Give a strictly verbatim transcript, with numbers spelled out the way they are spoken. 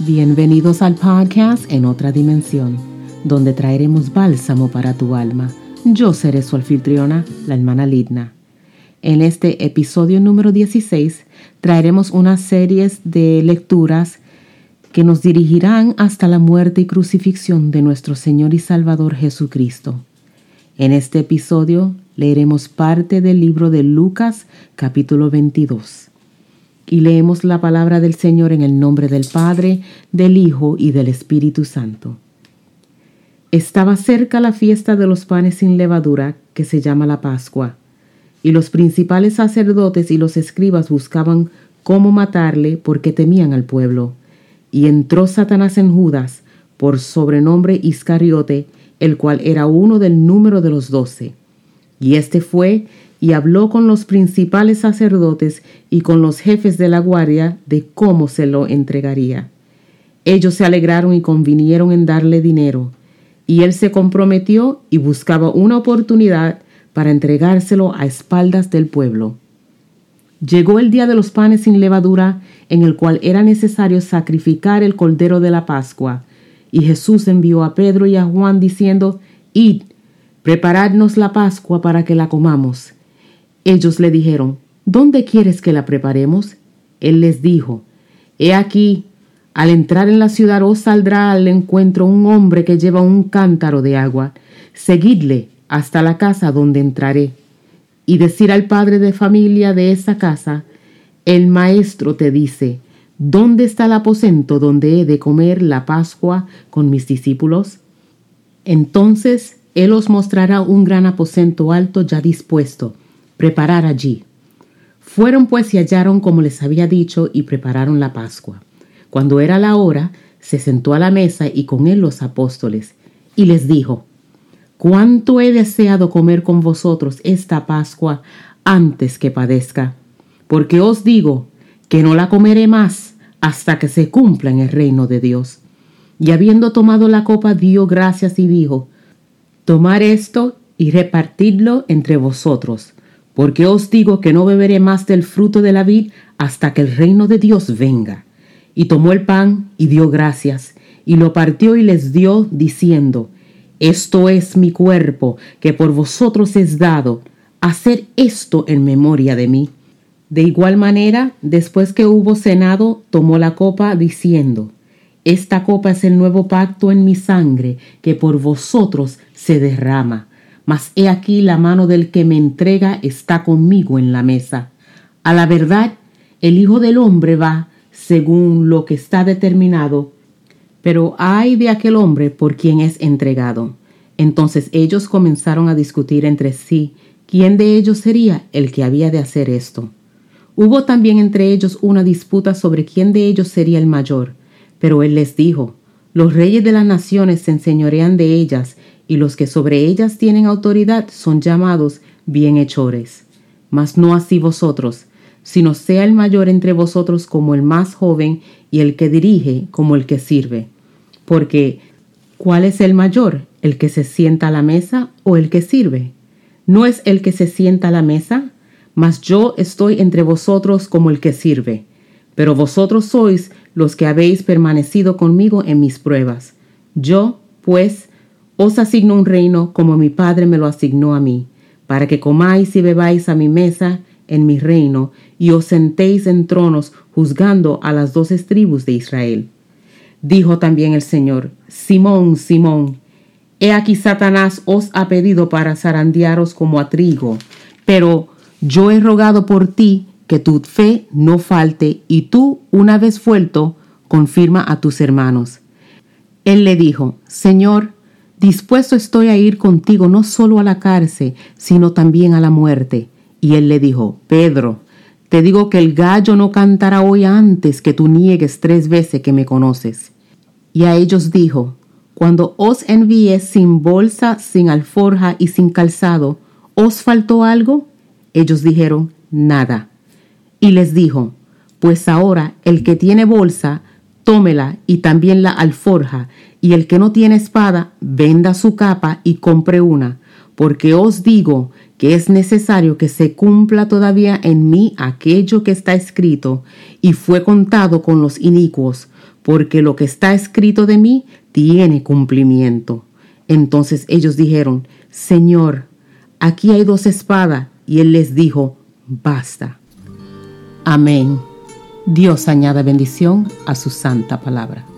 Bienvenidos al podcast En Otra Dimensión, donde traeremos bálsamo para tu alma. Yo seré su anfitriona, la hermana Lidna. En este episodio número dieciséis traeremos una serie de lecturas que nos dirigirán hasta la muerte y crucifixión de nuestro Señor y Salvador Jesucristo. En este episodio leeremos parte del libro de Lucas, capítulo veintidós. Y leemos la palabra del Señor en el nombre del Padre, del Hijo y del Espíritu Santo. Estaba cerca la fiesta de los panes sin levadura, que se llama la Pascua, y los principales sacerdotes y los escribas buscaban cómo matarle porque temían al pueblo. Y entró Satanás en Judas, por sobrenombre Iscariote, el cual era uno del número de los doce. Y éste fue y habló con los principales sacerdotes y con los jefes de la guardia de cómo se lo entregaría. Ellos se alegraron y convinieron en darle dinero, y él se comprometió y buscaba una oportunidad para entregárselo a espaldas del pueblo. Llegó el día de los panes sin levadura, en el cual era necesario sacrificar el cordero de la Pascua, y Jesús envió a Pedro y a Juan diciendo: «Id, preparadnos la Pascua para que la comamos». Ellos le dijeron: «¿Dónde quieres que la preparemos?». Él les dijo: «He aquí, al entrar en la ciudad os saldrá al encuentro un hombre que lleva un cántaro de agua. Seguidle hasta la casa donde entraré, y decir al padre de familia de esa casa: el maestro te dice, ¿dónde está el aposento donde he de comer la Pascua con mis discípulos?». Entonces él os mostrará un gran aposento alto ya dispuesto. Preparar allí. Fueron pues y hallaron como les había dicho y prepararon la Pascua. Cuando era la hora, se sentó a la mesa y con él los apóstoles, y les dijo: «Cuánto he deseado comer con vosotros esta Pascua antes que padezca, porque os digo que no la comeré más hasta que se cumpla en el reino de Dios». Y habiendo tomado la copa, dio gracias y dijo: «Tomad esto y repartidlo entre vosotros, porque os digo que no beberé más del fruto de la vid hasta que el reino de Dios venga». Y tomó el pan y dio gracias, y lo partió y les dio, diciendo: «Esto es mi cuerpo, que por vosotros es dado. Haced esto en memoria de mí». De igual manera, después que hubo cenado, tomó la copa, diciendo: «Esta copa es el nuevo pacto en mi sangre, que por vosotros se derrama. Mas he aquí la mano del que me entrega está conmigo en la mesa. A la verdad, el Hijo del Hombre va según lo que está determinado, pero ay de aquel hombre por quien es entregado». Entonces ellos comenzaron a discutir entre sí quién de ellos sería el que había de hacer esto. Hubo también entre ellos una disputa sobre quién de ellos sería el mayor, pero él les dijo: «Los reyes de las naciones se enseñorean de ellas, y los que sobre ellas tienen autoridad son llamados bienhechores. Mas no así vosotros, sino sea el mayor entre vosotros como el más joven, y el que dirige como el que sirve. Porque, ¿cuál es el mayor? ¿El que se sienta a la mesa o el que sirve? ¿No es el que se sienta a la mesa? Mas yo estoy entre vosotros como el que sirve. Pero vosotros sois los que habéis permanecido conmigo en mis pruebas. Yo, pues, os asigno un reino como mi Padre me lo asignó a mí, para que comáis y bebáis a mi mesa en mi reino, y os sentéis en tronos juzgando a las doce tribus de Israel». Dijo también el Señor: «Simón, Simón, he aquí Satanás os ha pedido para zarandearos como a trigo, pero yo he rogado por ti que tu fe no falte, y tú, una vez vuelto, confirma a tus hermanos». Él le dijo: «Señor, dispuesto estoy a ir contigo no solo a la cárcel, sino también a la muerte». Y él le dijo: «Pedro, te digo que el gallo no cantará hoy antes que tú niegues tres veces que me conoces». Y a ellos dijo: «Cuando os envié sin bolsa, sin alforja y sin calzado, ¿os faltó algo?». Ellos dijeron: «Nada». Y les dijo: «Pues ahora el que tiene bolsa, tómela, y también la alforja, y el que no tiene espada, venda su capa y compre una, porque os digo que es necesario que se cumpla todavía en mí aquello que está escrito, y fue contado con los inicuos, porque lo que está escrito de mí tiene cumplimiento. Entonces ellos dijeron: Señor, aquí hay dos espadas. Y él les dijo: basta. Amén. Dios añada bendición a su santa palabra.